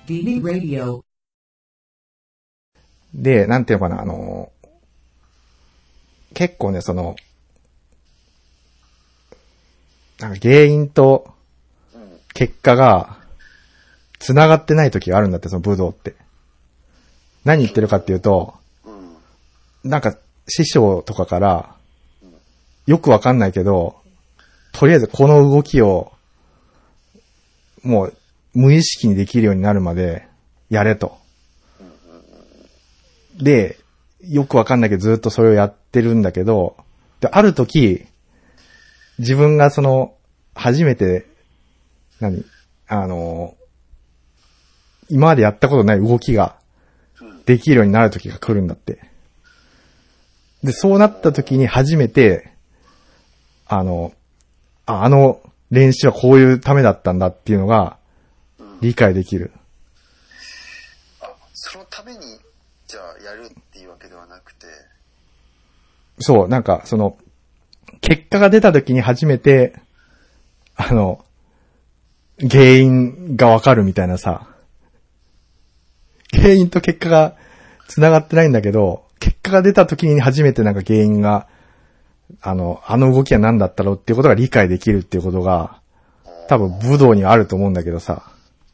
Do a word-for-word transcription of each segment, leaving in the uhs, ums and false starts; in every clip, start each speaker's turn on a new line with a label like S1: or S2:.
S1: ディービー Radio。
S2: で、なんていうのかな、あの、結構ね、その、なんか原因と結果が繋がってない時があるんだって、その武道って。何言ってるかっていうと、なんか師匠とかからよくわかんないけど、とりあえずこの動きをもう無意識にできるようになるまでやれと。で、よくわかんないけどずっとそれをやってるんだけど、で、ある時、自分がその、初めて、何あの、今までやったことない動きができるようになる時が来るんだって。で、そうなった時に初めて、あの、あ、あの練習はこういうためだったんだっていうのが理解できる。
S3: あ、そのために、じゃあやるっていうわけではなくて。
S2: そう、なんか、その、結果が出た時に初めて、あの、原因がわかるみたいなさ、原因と結果が繋がってないんだけど、結果が出た時に初めてなんか原因が、あの、あの動きは何だったろうっていうことが理解できるっていうことが、多分武道にはあると思うんだけどさ。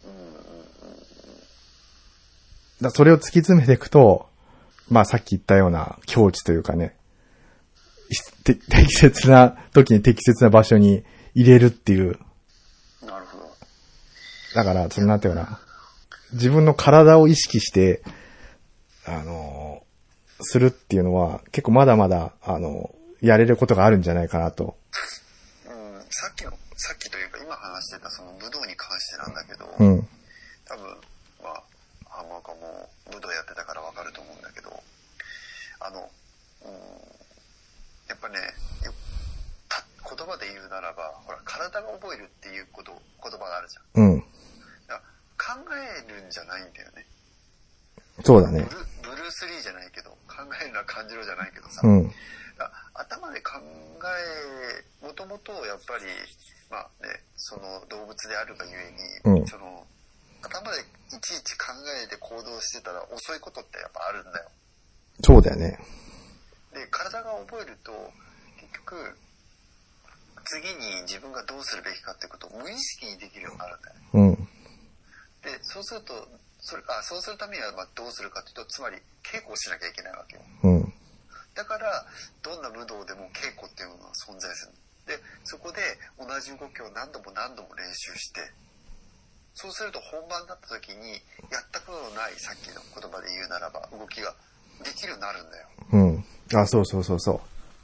S2: だそれを突き詰めていくと、まあさっき言ったような境地というかね、て適切な時に適切な場所に入れるっていう。
S3: なるほど。
S2: だから、そのなんていうかな、自分の体を意識して、あの、するっていうのは結構まだまだ、あの、やれることがあるんじゃないかなと。
S3: うん、さっきの、さっきというか今話してたその武道に関してなんだけど、
S2: うん。
S3: 多分、まあ、浜岡も武道やってたからわかると思うんだけど、あの、うん、やっぱね、よた言葉で言うならば、ほら、体が覚えるっていうこと、言葉があるじゃん。
S2: うん。
S3: だから考えるんじゃないんだよね。
S2: そうだね。
S3: ブル、ブルース・リーじゃないけど、考えるのは感じろじゃないけどさ、
S2: うん。
S3: 頭で考え、もともとやっぱり、まあね、その動物であるがゆえに、
S2: うん、
S3: その、頭でいちいち考えて行動してたら遅いことってやっぱあるんだよ。
S2: そうだよね。
S3: で、体が覚えると、結局、次に自分がどうするべきかってことを無意識にできるようになるんだよね。
S2: うん。
S3: で、そうすると、それ、あ、そうするためにはまあどうするかというと、つまり稽古をしなきゃいけないわけよ。
S2: うん。
S3: だから、どんな武道でも稽古っていうのは存在する。で、そこで同じ動きを何度も何度も練習して、そうすると本番になった時に、やったことのないさっきの言葉で言うならば、動きができるようになるんだよ。
S2: うん。あ、そうそうそうそう。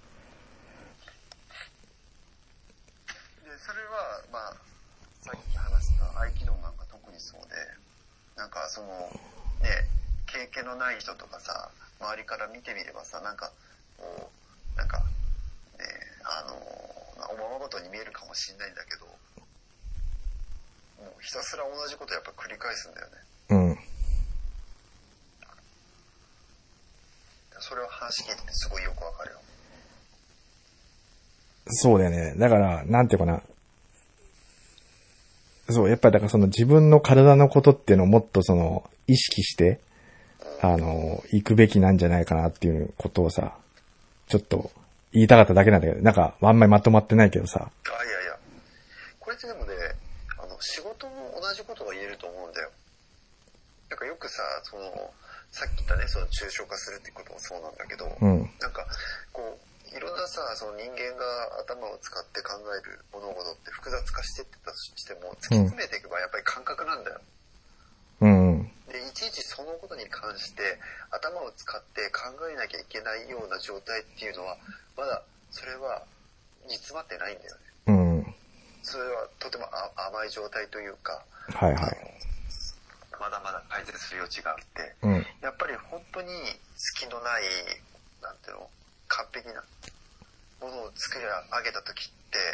S3: で、それは、まあ、さっき話した合気道なんか特にそうで、なんかその、ね、経験のない人とかさ、周りから見てみればさ、なんか、こう、なんか、ね、あの、おままごとに見えるかもしれないんだけど、もうひたすら同じことやっぱ繰り返すんだよね。
S2: うん。
S3: それは話聞いててすごいよくわかるよ。
S2: そうだよね。だから、なんていうかな。そう、やっぱりだからその自分の体のことっていうのをもっとその、意識して、あの、行くべきなんじゃないかなっていうことをさ、ちょっと言いたかっただけなんだけど、なんかあんまりまとまってないけどさ。
S3: あ、いやいや。これってでもね、あの、仕事も同じことが言えると思うんだよ。なんかよくさ、その、さっき言ったね、その抽象化するってこともそうなんだけど、
S2: うん、
S3: なんか、こう、いろんなさ、その人間が頭を使って考える物事って複雑化してってたとしても、突き詰めていけばやっぱり感覚なんだよ。
S2: うん、うん。
S3: で、いちいちそのことに関して頭を使って考えなきゃいけないような状態っていうのは、まだそれは煮詰まってないんだよね。
S2: うん。
S3: それはとても甘い状態というか、
S2: はいはい。
S3: まだまだ改善する余地があって、
S2: うん、
S3: やっぱり本当に隙のない、なんていうの、完璧なものを作り上げた時って、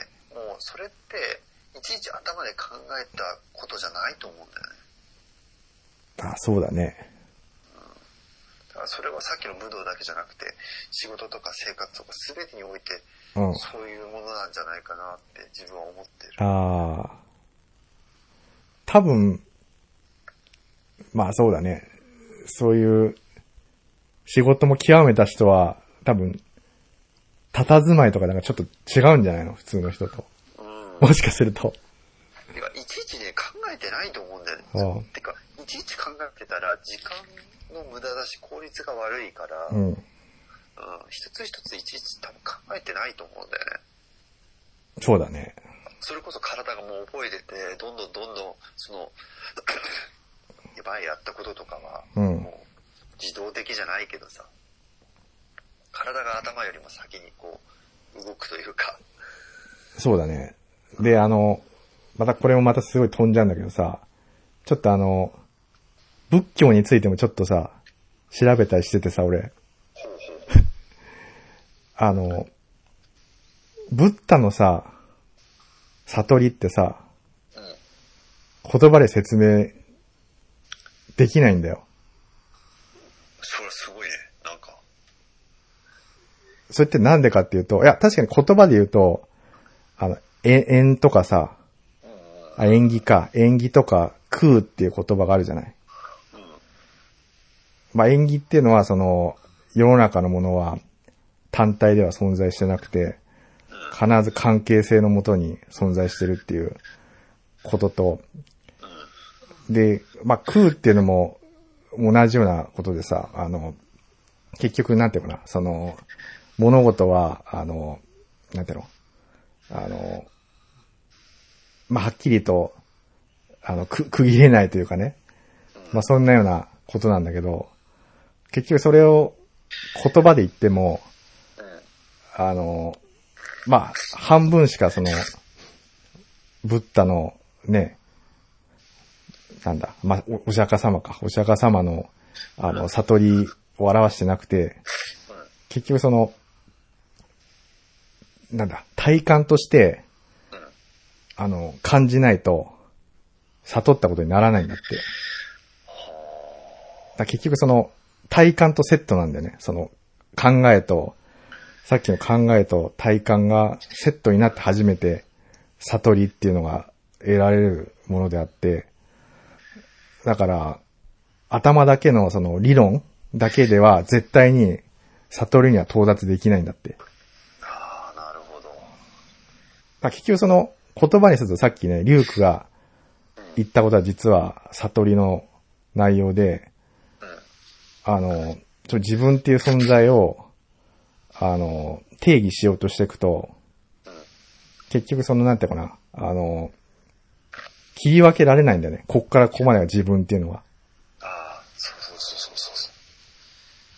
S3: もうそれっていちいち頭で考えたことじゃないと思うんだよね。
S2: あ、そうだね。
S3: うん、だからそれはさっきの武道だけじゃなくて、仕事とか生活とか全てにおいて、うん、そういうものなんじゃないかなって自分は思ってる。
S2: ああ。多分、 まあそうだね。そういう仕事も極めた人は多分、佇まいとかなんかちょっと違うんじゃないの普通の人と。うん、もしかすると。
S3: てか、いちいちね、考えてないと思うんだよね。
S2: ああ、
S3: てか、いちいち考えてたら時間の無駄だし効率が悪いから、
S2: うん。うん、
S3: 一つ一ついちいち多分考えてないと思うんだよね。
S2: そうだね。
S3: それこそ体がもう覚えてて、どんどんどんどん、その、前やったこととかは、
S2: うん、
S3: もう自動的じゃないけどさ、体が頭よりも先にこう、動くというか。
S2: そうだね。で、あの、またこれもまたすごい飛んじゃうんだけどさ、ちょっとあの、仏教についてもちょっとさ、調べたりしててさ、俺。
S3: ほうほう
S2: あの、ブッダのさ、悟りってさ、うん、言葉で説明できないんだよ。
S3: それすごいね、なんか。
S2: それってなんでかっていうと、いや、確かに言葉で言うと、あの、え、縁とかさ、あ、縁起か、縁起とか、空っていう言葉があるじゃない。うん、まあ、縁起っていうのは、その、世の中のものは単体では存在してなくて、必ず関係性のもとに存在してるっていうことと、で、まあ、空っていうのも同じようなことでさ、あの、結局なんていうかな、その、物事は、あの、なんていうの、あの、まあ、はっきりと、あの、く、区切れないというかね、まあ、そんなようなことなんだけど、結局それを言葉で言っても、あの、まあ、半分しかその、ブッダのね、なんだ、まあ、お釈迦様か。お釈迦様の、あの、悟りを表してなくて、結局その、なんだ、体感として、あの、感じないと、悟ったことにならないんだって。だ結局その、体感とセットなんだよね。その、考えと、さっきの考えと体感がセットになって初めて、悟りっていうのが得られるものであって、だから、頭だけのその理論だけでは絶対に悟りには到達できないんだって。
S3: ああ、なるほど。
S2: だ結局その言葉にするとさっきね、リュウクが言ったことは実は悟りの内容で、あの、ちょ自分っていう存在を、あの、定義しようとしていくと、結局そのなんていうかな、あの、切り分けられないんだよね。こっからここまでが自分っていうのは。
S3: ああ、そうそうそうそうそう。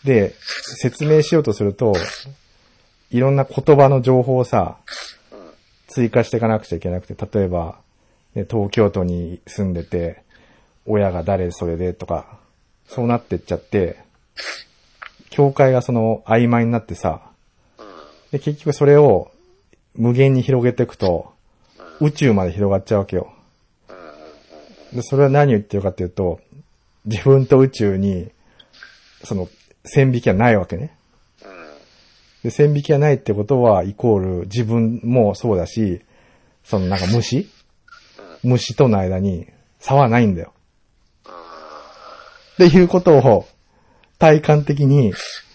S2: で、説明しようとすると、いろんな言葉の情報をさ、うん、追加していかなくちゃいけなくて、例えば、ね、東京都に住んでて、親が誰それでとか、そうなってっちゃって、境界がその曖昧になってさ、で、結局それを無限に広げていくと、宇宙まで広がっちゃうわけよ。で、それは何を言ってるかっていうと、自分と宇宙に、その、線引きはないわけね。で、線引きがないってことは、イコール自分もそうだし、そのなんか虫虫との間に差はないんだよ。っていうことを、体感的に、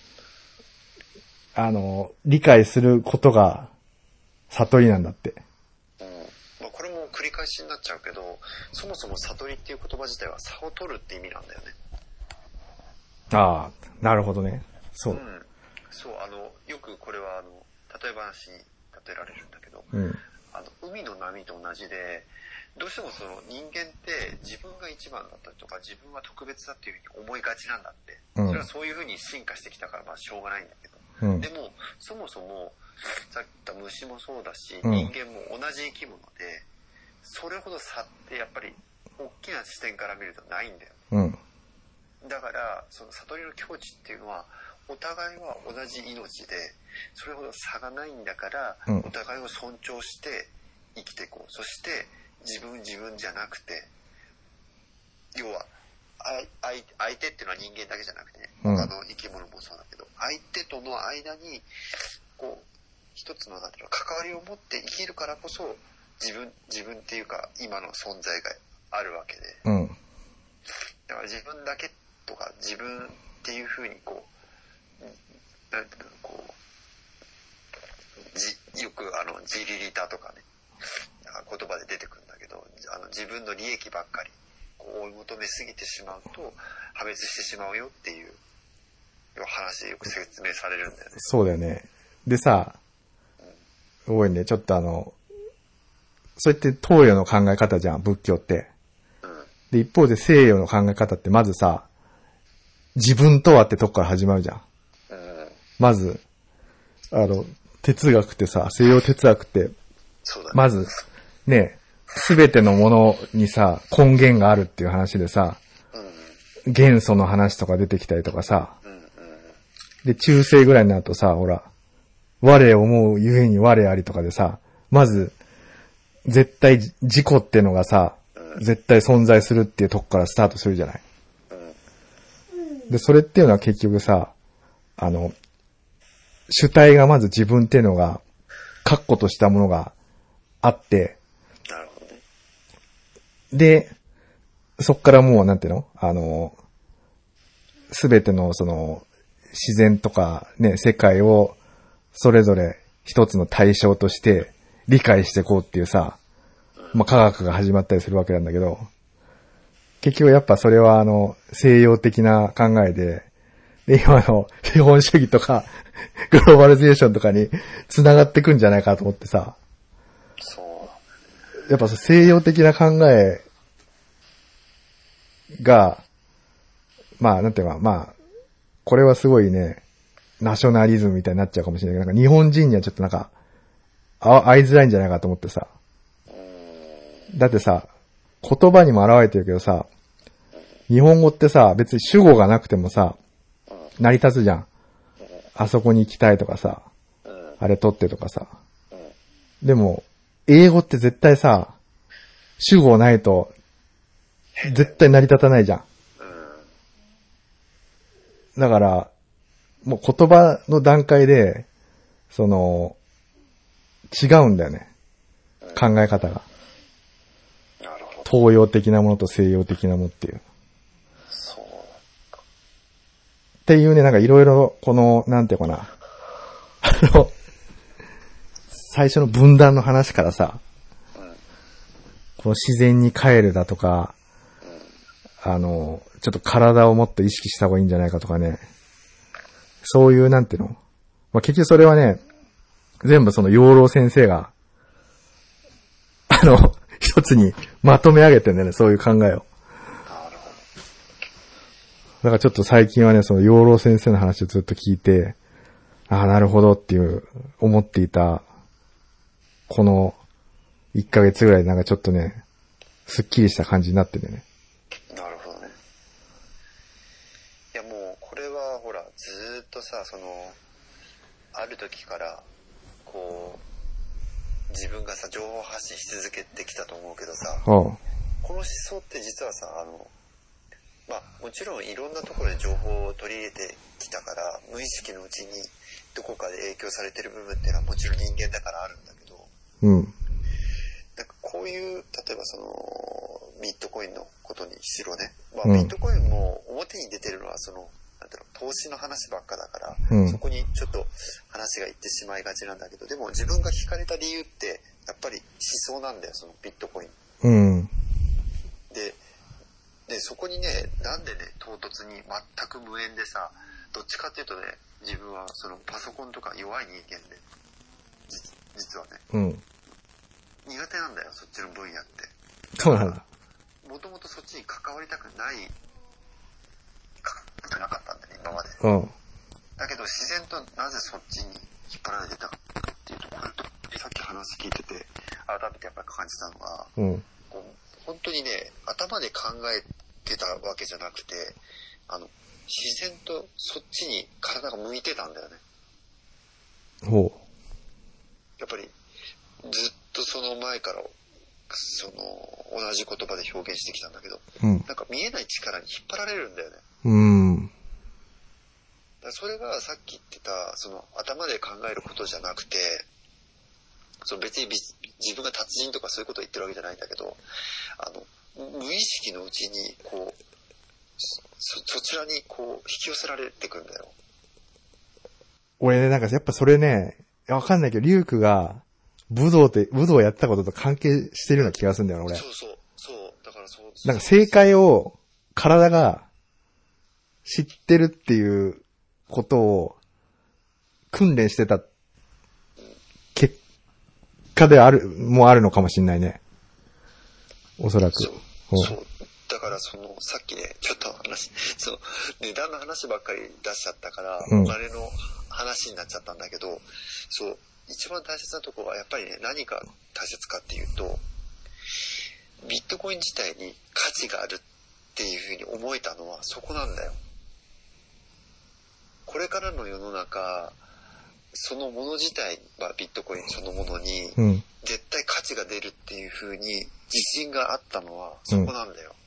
S2: あの、理解することが、悟りなんだって。
S3: これも繰り返しになっちゃうけど、そもそも悟りっていう言葉自体は差を取るって意味なんだよね。
S2: ああ、なるほどね。そう。うん、
S3: そう、あの、よくこれはあの、例え話に例えられるんだけど、
S2: うん、
S3: あの、海の波と同じで、どうしてもその人間って自分が一番だったりとか、自分は特別だっていうふうに思いがちなんだって。うん、それはそういうふうに進化してきたから、まあしょうがないんだけど。うん、でも、そもそも、さっき言った虫もそうだし、人間も同じ生き物で、それほど差ってやっぱり大きな視点から見るとないんだよね。うん、だから、その悟りの境地っていうのは、お互いは同じ命で、それほど差がないんだから、うん、お互いを尊重して生きていこう。そして、自分自分じゃなくて、要は、相, 相手っていうのは人間だけじゃなくて、ね、他の生き物もそうだけど、相手との間に、こう、一つのなんていうの関わりを持って生きるからこそ、自分、自分っていうか、今の存在があるわけで。うん、 だから自分だけとか自分っていう風にこう、なんていうの、こう、じよくあのジリリタとかね、言葉で出てくるんだけど、あの自分の利益ばっかりこう追い求めすぎてしまうと破滅してしまうよっていう話でよく説明されるんだよね。
S2: そうだよね。でさ、すごいね、ちょっとあの、そうやって東洋の考え方じゃん、仏教って。
S3: うん、
S2: で、一方で西洋の考え方ってまずさ、自分とはってとこから始まるじゃん。
S3: うん、
S2: まず、あの、哲学ってさ、西洋哲学って、
S3: そうだね、
S2: まず、ね、すべてのものにさ、根源があるっていう話でさ、うん、元素の話とか出てきたりとかさ、うんうん、で、中世ぐらいになるとさ、ほら、我を思うゆえに我ありとかでさ、まず、絶対自己ってのがさ、うん、絶対存在するっていうとこからスタートするじゃない。うん、で、それっていうのは結局さ、あの、主体がまず自分っていうのが、確固としたものがあって、
S3: なるほどね。
S2: で、そっからもう、なんていうの？あの、すべてのその、自然とかね、世界を、それぞれ一つの対象として理解していこうっていうさ、まあ、科学が始まったりするわけなんだけど、結局やっぱそれはあの、西洋的な考えで、で、今の資本主義とか、グローバリゼーションとかに繋がってくんじゃないかと思ってさ、
S3: そう。
S2: やっぱ西洋的な考えが、まあ、なんていうか、まあ、これはすごいね、ナショナリズムみたいになっちゃうかもしれないけど、なんか日本人にはちょっとなんか、あ、合いづらいんじゃないかと思ってさ。だってさ、言葉にも表れてるけどさ、日本語ってさ、別に主語がなくてもさ、成り立つじゃん。あそこに行きたいとかさ、あれ取ってとかさ。でも、英語って絶対さ、主語ないと、絶対成り立たないじゃん。だから、もう言葉の段階で、その、違うんだよね。考え方が。
S3: なるほど。
S2: 東洋的なものと西洋的なものっていう。
S3: そう。
S2: っていうね、なんかいろいろ、この、なんていうかな。あの、最初の分断の話からさ、うん、この自然に帰るだとか、うん、あの、ちょっと体をもっと意識した方がいいんじゃないかとかね。そういう、なんていうの、まあ、結局それはね、全部その養老先生が、あの、一つにまとめ上げてんだよね、そういう考えを。だからちょっと最近はね、その養老先生の話をずっと聞いて、ああ、なるほどっていう、思っていた、このいっかげつぐらいなんかちょっとね、すっきりした感じになってるね。
S3: なるほどね。いやもう、これはほら、ずーっとさ、その、ある時から、こう、自分がさ、情報発信し続けてきたと思うけどさ、
S2: ああ、
S3: この思想って実はさ、あの、まあ、もちろんいろんなところで情報を取り入れてきたから、無意識のうちにどこかで影響されてる部分っていうのはもちろん人間だからあるんだけど、
S2: うん。
S3: なんかこういう、例えばその、ビットコインのことにしろね、まあ、
S2: うん、
S3: ビットコインも表に出てるのはその、なんていうの、投資の話ばっかだから、うん、そこにちょっと話がいってしまいがちなんだけど、でも自分が惹かれた理由ってやっぱり思想なんだよ、そのビットコイン。
S2: うん。
S3: で、でそこにね、なんでね、唐突に全く無縁でさ、どっちかっていうとね、自分はそのパソコンとか弱い人間で、実実はね、
S2: うん、
S3: 苦手なんだよ、そっちの分野って。
S2: そうなんだ。
S3: もともとそっちに関わりたくない、関わりたくなかったんだよね、今まで。
S2: うん。
S3: だけど自然となぜそっちに引っ張られてたかっていうところと、さっき話聞いてて、改めてやっぱり感じたのが、
S2: うん、
S3: こう本当にね、頭で考えてたわけじゃなくて、あの、自然とそっちに体が向いてたんだよね。
S2: ほう。
S3: やっぱり、ずっとその前から、その、同じ言葉で表現してきたんだけど、うん、なんか見えない力に引っ張られるんだよね。
S2: うん。
S3: だからそれがさっき言ってた、その頭で考えることじゃなくて、その別に自分が達人とかそういうことを言ってるわけじゃないんだけど、あの、無意識のうちに、こう、 そ、そちらにこう、引き寄せられてくんだよ。
S2: 俺ね、なんかやっぱそれね、わかんないけど、リュウクが、武道って、武道やってたことと関係してるような気がするんだよ、俺。
S3: そうそう、そう、だからそう。
S2: なんか正解を、体が、知ってるっていうことを、訓練してた、結果である、もあるのかもしれないね。おそらく。
S3: そう。そう。だからその、さっきね、ちょっと話、その、値段の話ばっかり出しちゃったから、うん、お金の話になっちゃったんだけど、そう、一番大切なところはやっぱりね、何が大切かっていうと、ビットコイン自体に価値があるっていうふうに思えたのはそこなんだよ。これからの世の中、そのもの自体、まあ、ビットコインそのものに、絶対価値が出るっていうふうに自信があったのはそこなんだよ。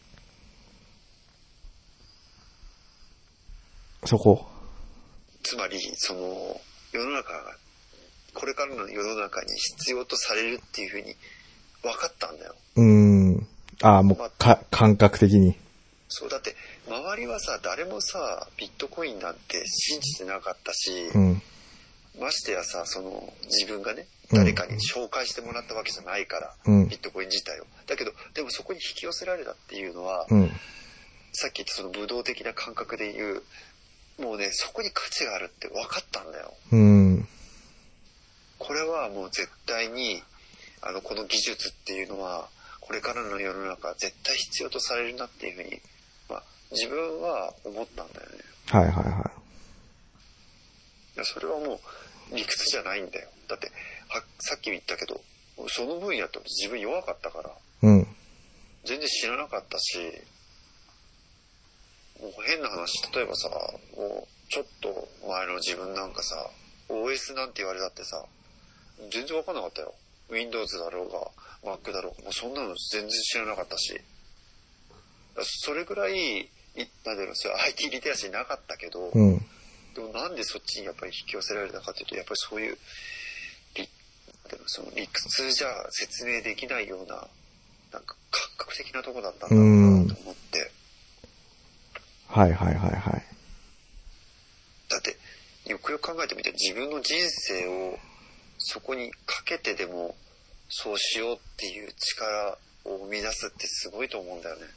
S2: うん、そこ。
S3: つまり、その、世の中が、これからの世の中に必要とされるっていうふうに分かったんだよ。
S2: うーん。ああ、もう、まあ、か、感覚的に。
S3: そう、だって、周りはさ、誰もさ、ビットコインなんて信じてなかったし、
S2: うん、
S3: ましてやさ、その、自分がね、誰かに紹介してもらったわけじゃないから、
S2: うん、
S3: ビットコイン自体を。だけど、でもそこに引き寄せられたっていうのは、
S2: うん、
S3: さっき言ったその武道的な感覚で言う、もうね、そこに価値があるって分かったんだよ。
S2: うん、
S3: これはもう絶対に、あの、この技術っていうのは、これからの世の中絶対必要とされるなっていうふうに、まあ、自分は思ったんだよね。
S2: はいはいはい。
S3: いや、それはもう理屈じゃないんだよ。だって、は、さっきも言ったけど、その分野って自分弱かったから、
S2: うん、
S3: 全然知らなかったし、もう変な話、例えばさ、もうちょっと前の自分なんかさ、オーエス なんて言われたってさ、全然わかんなかったよ。Windows だろうが、Mac だろうが、もうそんなの全然知らなかったし。それぐらい、なんだろう、それ アイティー リテラシーなかったけど、
S2: うん、
S3: でもなんでそっちにやっぱり引き寄せられたかというと、やっぱりそういう、その理屈じゃ説明できないような、なんか感覚的なとこだったんだろうなと思って。
S2: はいはいはいはい。
S3: だって、よくよく考えてみて、自分の人生をそこにかけてでもそうしようっていう力を生み出すってすごいと思うんだよね。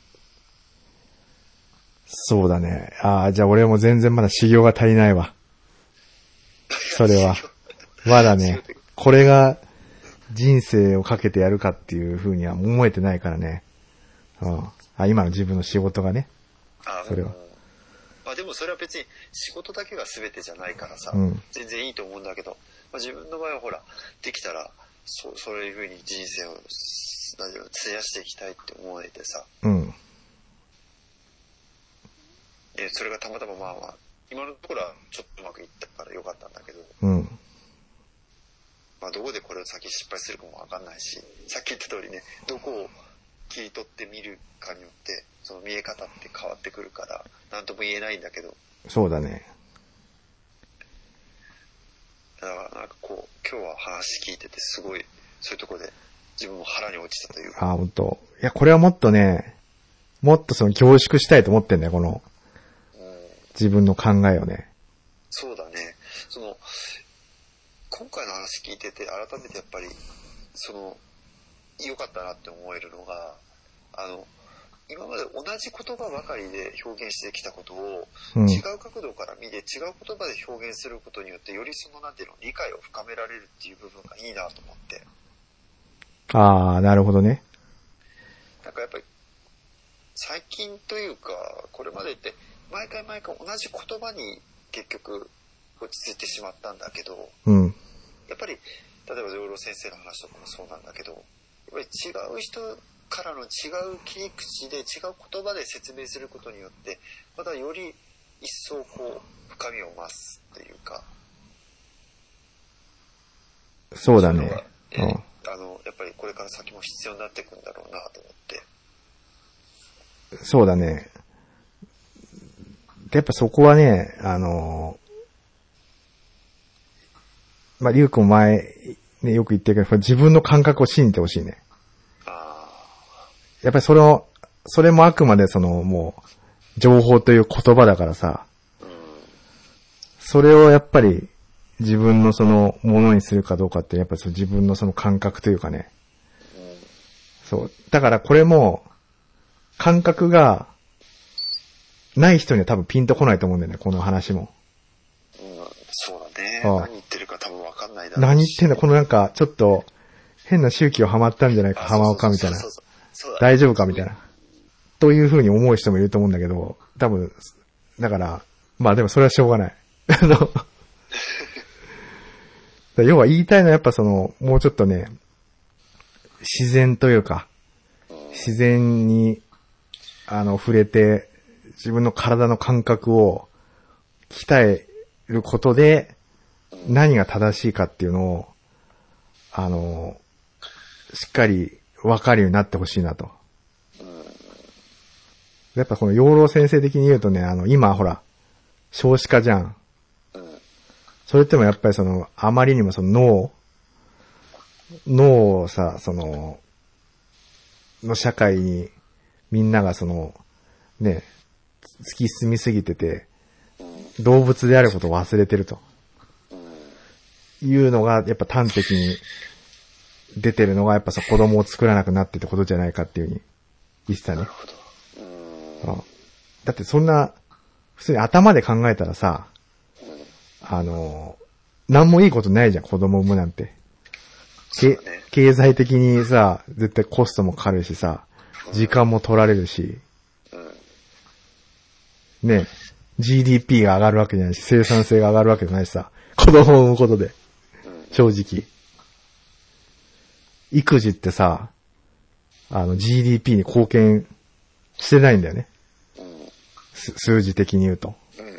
S2: そうだね。ああ、じゃあ俺も全然まだ修行が足りないわ。それは。まだね、これが人生をかけてやるかっていうふうには思えてないからね。うん、あ、今の自分の仕事がね。
S3: ああ、
S2: それは。
S3: まあでもそれは別に仕事だけが全てじゃないからさ、
S2: うん、
S3: 全然いいと思うんだけど、まあ、自分の場合はほら、できたら、そ、そういうふうに人生を、何ていうの、費やしていきたいって思えてさ。
S2: うん。
S3: で、それがたまたままあまあ、今のところはちょっとうまくいったからよかったんだけど、
S2: うん。
S3: まあどこでこれを先失敗するかもわかんないし、さっき言った通りね、どこを切り取ってみるかによって、その見え方って変わってくるから、なんとも言えないんだけど。
S2: そうだね。
S3: だからなんかこう、今日は話聞いててすごい、そういうところで自分も腹に落ちたというか。
S2: ああ、ほんと。いや、これはもっとね、もっとその凝縮したいと思ってんだよ、この、うん、自分の考えをね。
S3: そうだね。その、今回の話聞いてて改めてやっぱり、その、良かったなって思えるのが、あの、今まで同じ言葉ばかりで表現してきたことを、違う角度から見て、違う言葉で表現することによって、よりその、なんていうの、理解を深められるっていう部分がいいなと思って。
S2: ああ、なるほどね。
S3: なんかやっぱり、最近というか、これまでって、毎回毎回同じ言葉に結局落ち着いてしまったんだけど、
S2: うん、
S3: やっぱり、例えば養老先生の話とかもそうなんだけど、やっぱり違う人からの違う切り口で違う言葉で説明することによってまたより一層こう深みを増すというか。
S2: そうだね。
S3: えー、うん、あのやっぱりこれから先も必要になっていくんだろうなと思って。
S2: そうだね。やっぱそこはね、あのまあ、リュウ君前ねよく言ってるけど、自分の感覚を信じてほしいね。やっぱりそれを、それもあくまでそのもう情報という言葉だからさ、
S3: うん、
S2: それをやっぱり自分のそのものにするかどうかって、やっぱりその自分のその感覚というかね、
S3: うん、
S2: そう。だからこれも、感覚がない人には多分ピンとこないと思うんだよね、この話も。
S3: うん、そうだね。
S2: ああ、
S3: 何言ってるか多分わかんないだろうし。
S2: 何言ってんだ、このなんか、ちょっと、変な宗教ハマったんじゃないか、ハマおかみたいな。
S3: そうそうそうそう、
S2: 大丈夫かみたいな。という風に思う人もいると思うんだけど、多分、だから、まあでもそれはしょうがない。あの、要は言いたいのはやっぱその、もうちょっとね、自然というか、自然に、あの、触れて、自分の体の感覚を鍛えることで、何が正しいかっていうのを、あの、しっかり分かるようになってほしいなと。やっぱこの養老先生的に言うとね、あの、今ほら、少子化じゃん。それってもやっぱりその、あまりにもその脳、脳をさ、その、の社会にみんながその、ね、突き進みすぎてて、動物であることを忘れてると。いうのが、やっぱ端的に出てるのが、やっぱさ、子供を作らなくなってってことじゃないかっていう風に言ってたね。なるほど。うん、だってそんな、普通に頭で考えたらさ、あの、なんもいいことないじゃん、子供産むなんて。
S3: ね、
S2: 経済的にさ、絶対コストもかかるしさ、時間も取られるし、うん、ね、ジーディーピー が上がるわけじゃないし、生産性が上がるわけじゃないしさ、子供を産むことで、正直。育児ってさ、あの ジーディーピー に貢献してないんだよね。数字的に言うと。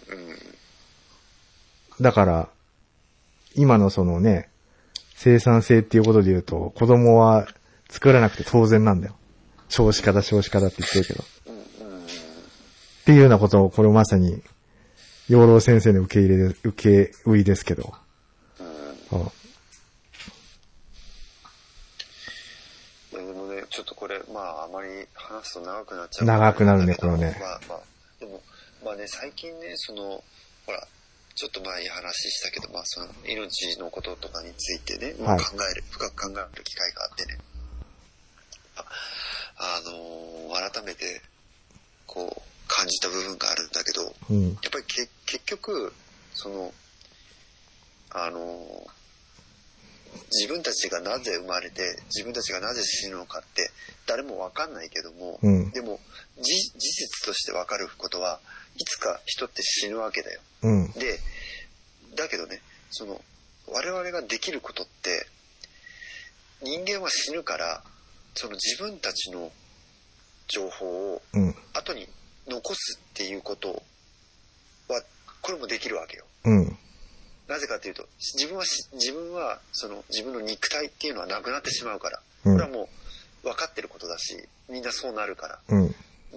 S2: だから、今のそのね、生産性っていうことで言うと、子供は作らなくて当然なんだよ。少子化だ少子化だって言ってるけど。っていうようなことを、これまさに、養老先生の受け入れで、受け売りですけど。うん。
S3: でもね、ちょっとこれ、まあ、あまり話すと長くなっちゃう。
S2: 長くなるね、これね。
S3: まあまあ、でも、まあね、最近ね、その、ほら、ちょっと前に話したけど、まあその、命のこととかについてね、まあ、考える、はい、深く考える機会があってね。あ、あのー、改めて、こう、感じた部分があるんだけど、うん、やっぱりけ結局、その、あのー、自分たちがなぜ生まれて、自分たちがなぜ死ぬのかって誰もわかんないけども、うん、でも事実としてわかることはいつか人って死ぬわけだよ。うん、で、だけどね、その我々ができることって人間は死ぬからその自分たちの情報を後に残すっていうことはこれもできるわけよ。うん、なぜかというと自分は自分はその自分の肉体っていうのはなくなってしまうから、これはもう分かってることだしみんなそうなるから、うん、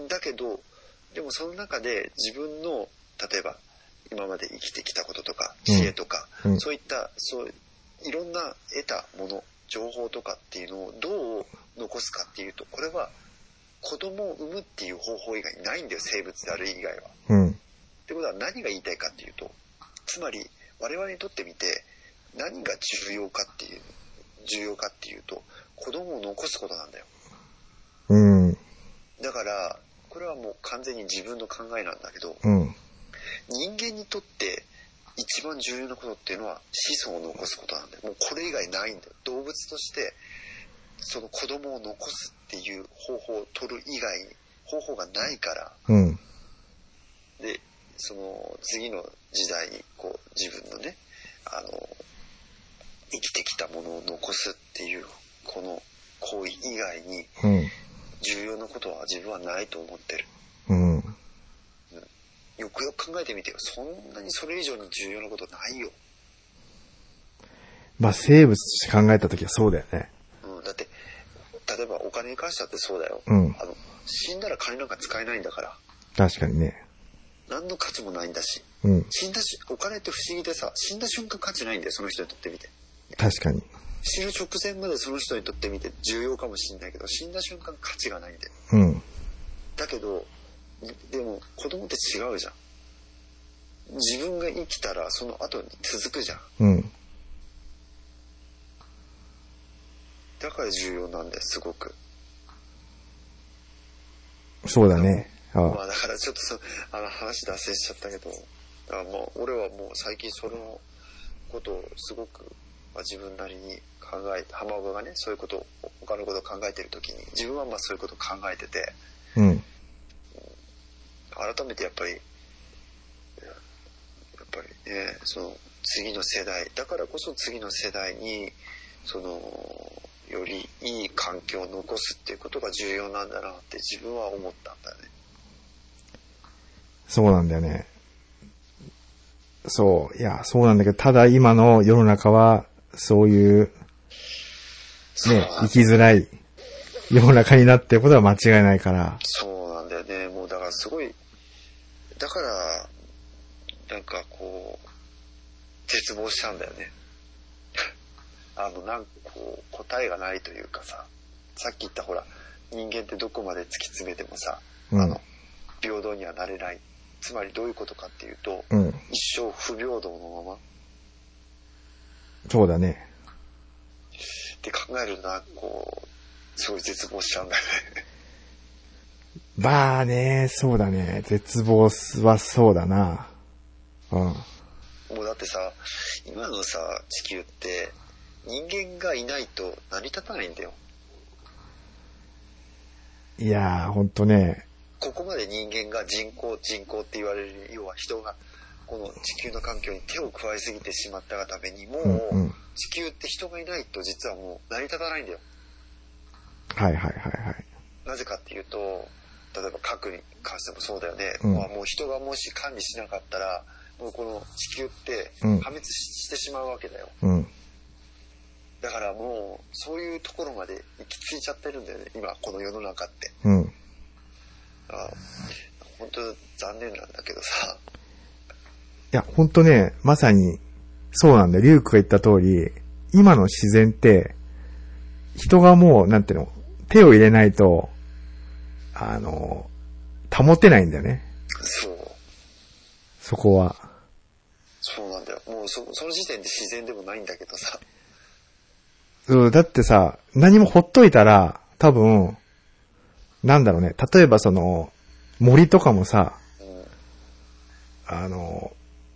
S3: だけどでもその中で自分の例えば今まで生きてきたこととか知恵とか、うん、そういったそういろんな得たもの情報とかっていうのをどう残すかっていうと、これは子供を産むっていう方法以外にないんだよ、生物である以外は。うん、ってことは何が言いたいかっていうと、つまり我々にとってみて何が重要かっていう重要かっていうと子供を残すことなんだよ。うん、だからこれはもう完全に自分の考えなんだけど、うん、人間にとって一番重要なことっていうのは子孫を残すことなんだよ。もうこれ以外ないんだよ。動物としてその子供を残すっていう方法を取る以外に方法がないから、うん、でその次の時代にこう自分のねあの生きてきたものを残すっていうこの行為以外に重要なことは自分はないと思ってる。うん、よくよく考えてみてよ。そんなにそれ以上に重要なことないよ。
S2: まあ生物として考えたときはそうだよね。
S3: うん、だって例えばお金に関してだってそうだよ。うん、あの死んだら金なんか使えないんだから。
S2: 確かにね。
S3: 何の価値もないんだし、うん、死んだしお金って不思議でさ、死んだ瞬間価値ないんだよ、その人にとってみて。
S2: 確かに。
S3: 死ぬ直前までその人にとってみて重要かもしれないけど、死んだ瞬間価値がないんだよ。うん、だけどでも子供って違うじゃん。自分が生きたらその後に続くじゃん。
S2: うん。
S3: だから重要なんだよ、すごく。
S2: そうだね。ああ、
S3: まあだからちょっとそあの話脱線しちゃったけど、あもう俺はもう最近そのことをすごく、まあ、自分なりに考えて、浜岡がねそういうことを他のことを考えてる時に自分はまあそういうことを考えてて、
S2: うん。
S3: 改めてやっぱりやっぱりね、その次の世代だからこそ次の世代にそのよりいい環境を残すっていうことが重要なんだなって自分は思ったんだよね。
S2: そうなんだよね。そう。いや、そうなんだけど、ただ今の世の中は、そういう、ね、生きづらい世の中になってることは間違いないから。
S3: そうなんだよね。もうだからすごい、だから、なんかこう、絶望したんだよね。あの、なんかこう、答えがないというかさ、さっき言ったほら、人間ってどこまで突き詰めてもさ、うん、あの、平等にはなれない。つまりどういうことかっていうと、うん、一生不平等のまま。
S2: そうだね。
S3: って考えるとな、こう、すごい絶望しちゃうんだよね。
S2: まあね、そうだね。絶望はそうだな。うん。
S3: もうだってさ、今のさ、地球って人間がいないと成り立たないんだよ。
S2: いやー、ほんとね。
S3: ここまで人間が人口人口って言われる、要は人がこの地球の環境に手を加えすぎてしまったがためにもう、うんうん、地球って人がいないと実はもう成り立たないんだよ。
S2: はいはいはいはい。
S3: なぜかっていうと、例えば核に関してもそうだよね。うん、まあもう人がもし管理しなかったら、もうこの地球って破滅してしまうわけだよ。うん、だからもうそういうところまで行き着いちゃってるんだよね。今この世の中って。うんあ本当残念なんだけどさ。
S2: いや、本当ね、まさに、そうなんだよ。リュウクが言った通り、今の自然って、人がもう、なんていうの、手を入れないと、あの、保てないんだよね。
S3: そう。
S2: そこは。
S3: そうなんだよ。もうそ、その時点で自然でもないんだけどさ。
S2: うん、だってさ、何もほっといたら、多分、なんだろうね。例えばその、森とかもさ、うん、あの、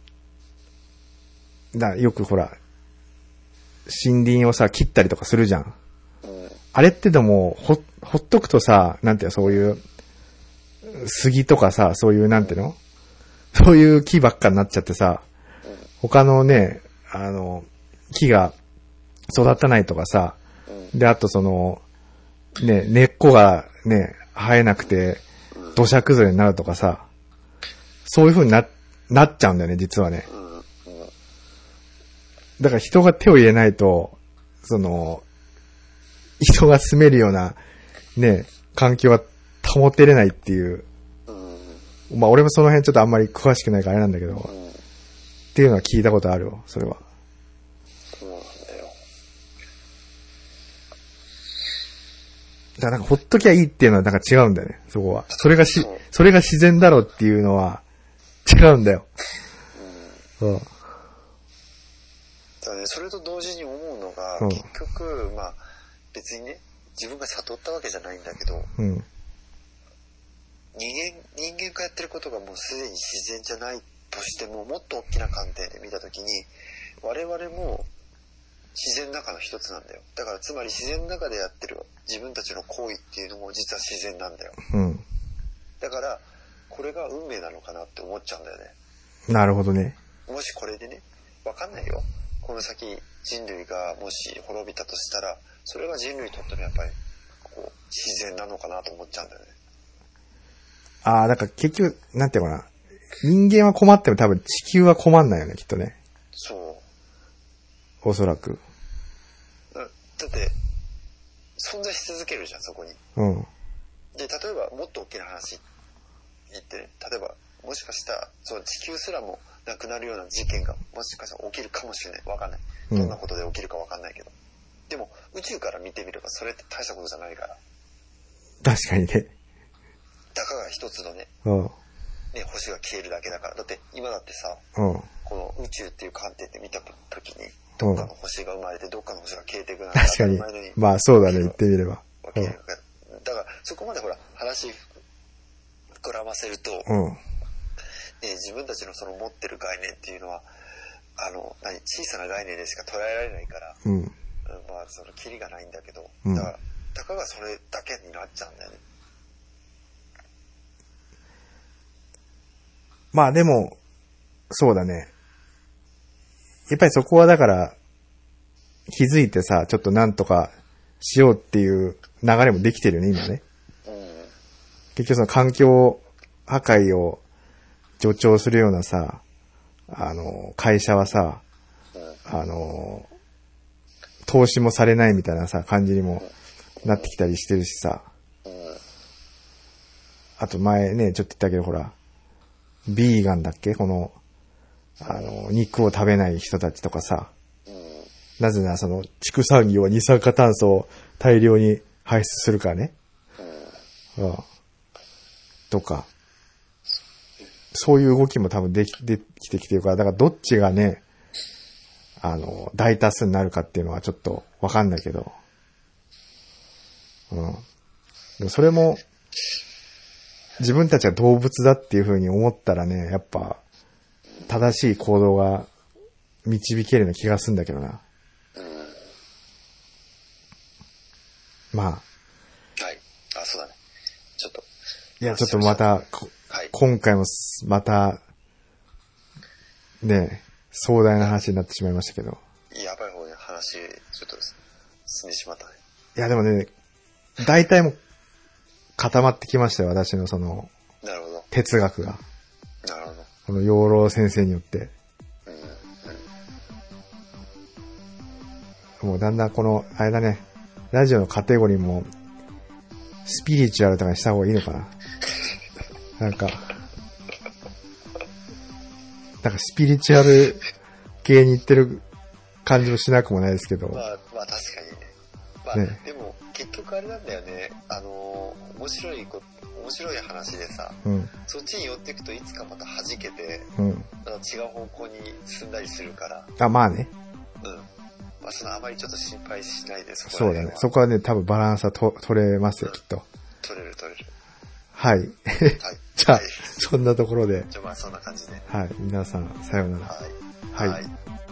S2: だよくほら、森林をさ、切ったりとかするじゃん。うん、あれってでも、ほ、ほっとくとさ、なんていうの、そういう、杉とかさ、そういう、なんていうの、うん、そういう木ばっかになっちゃってさ、うん、他のね、あの、木が育たないとかさ、うん、で、あとその、ね、根っこがね、生えなくて、土砂崩れになるとかさ、そういう風にな、なっちゃうんだよね、実はね。だから人が手を入れないと、その、人が住めるような、ね、環境は保てれないっていう。まあ俺もその辺ちょっとあんまり詳しくないからあれなんだけど、っていうのは聞いたことあるよ、それは。だからなんかほっときゃいいっていうのはなんか違うんだよね、そこは。それがし、それが自然だろうっていうのは違うんだよ。うん。
S3: だね、それと同時に思うのが、うん、結局、まあ、別にね、自分が悟ったわけじゃないんだけど、うん、人間、人間がやってることがもうすでに自然じゃないとしても、もっと大きな観点で見たときに、我々も自然の中の一つなんだよ。だからつまり自然の中でやってる自分たちの行為っていうのも実は自然なんだよ。うん、だからこれが運命なのかなって思っちゃうんだよね。
S2: なるほどね。
S3: もしこれでね、わかんないよ。この先人類がもし滅びたとしたら、それが人類にとってのやっぱりこう自然なのかなと思っちゃうんだよね。
S2: ああ、だから結局なんていうかな、人間は困っても多分地球は困んないよね、きっとね。
S3: そう。お
S2: そらく。
S3: だ, だって存在し続けるじゃん、そこに。うん。で、例えばもっと大きな話言って、ね、例えばもしかしたらその地球すらもなくなるような事件がもしかしたら起きるかもしれない。わかんない。どんなことで起きるかわかんないけど、うん。でも宇宙から見てみればそれって大したことじゃないから。
S2: 確かにね。
S3: たかが一つのね、
S2: うん。
S3: ね、星が消えるだけだから。だって今だってさ、
S2: うん。
S3: この宇宙っていう観点で見た時に、どっかの星が生まれて、どっかの星が消えていくなんて
S2: 確かに。まあそうだね、言ってみれば。
S3: うん、だからそこまでほら、話膨らませると、
S2: うん。
S3: ね、自分たちのその持ってる概念っていうのは、あの、何、小さな概念でしか捉えられないから、
S2: うん。
S3: まあ、その、キリがないんだけど、
S2: うん、
S3: だから、たかがそれだけになっちゃうんだよね。
S2: まあでも、そうだね。やっぱりそこはだから、気づいてさ、ちょっとなんとかしようっていう流れもできてるよね、今ね。
S3: うん、
S2: 結局その環境破壊を助長するようなさ、あの、会社はさ、
S3: うん、
S2: あの、投資もされないみたいなさ、感じにもなってきたりしてるしさ。
S3: うん、
S2: あと前ね、ちょっと言ったけどほら、ビーガンだっけこの、あの、肉を食べない人たちとかさ。
S3: うん、
S2: なぜならその、畜産業は二酸化炭素を大量に排出するからね。うん。うん、とか。そういう動きも多分でき、できてきてるから、だからどっちがね、あの、大多数になるかっていうのはちょっとわかんないけど。うん。でもそれも、自分たちは動物だっていう風に思ったらね、やっぱ、正しい行動が導けるような気がするんだけどな。
S3: うん。
S2: まあ。
S3: はい。あ、そうだね。ちょっと。
S2: いや、ちょっとまた、はい、今回もまた、ね、壮大な話になってしまいましたけど。
S3: やばい方に話、ちょっと進んでしまったね。
S2: いや、でもね、大体も固まってきましたよ、私のその、
S3: なるほど。
S2: 哲学が。
S3: なるほど。
S2: この養老先生によって。
S3: うん
S2: うん、もうだんだんこの、あれだね、ラジオのカテゴリーも、スピリチュアルとかにした方がいいのかな。なんか、なんかスピリチュアル系に行ってる感じもしなくもないですけど。
S3: まあ、まあ確かにね。まあ、ね、でも結局あれなんだよね。あのー、面白いこ、面白い話でさ、
S2: うん、
S3: そっちに寄っていくといつかまた弾けて、
S2: うん、
S3: 違う方向に進んだりするから。
S2: あ、まあね。
S3: うん。まあそのあまりちょっと心配しないで、そこ
S2: そうだね。そこはね、多分バランスはと取れますよ、うん、きっと。
S3: 取れる取れる。
S2: はい。はい、じゃあ、はい、そんなところで。
S3: じゃあまあそんな感じで。
S2: はい。皆さん、さようなら。
S3: はい。
S2: はい。
S3: はい。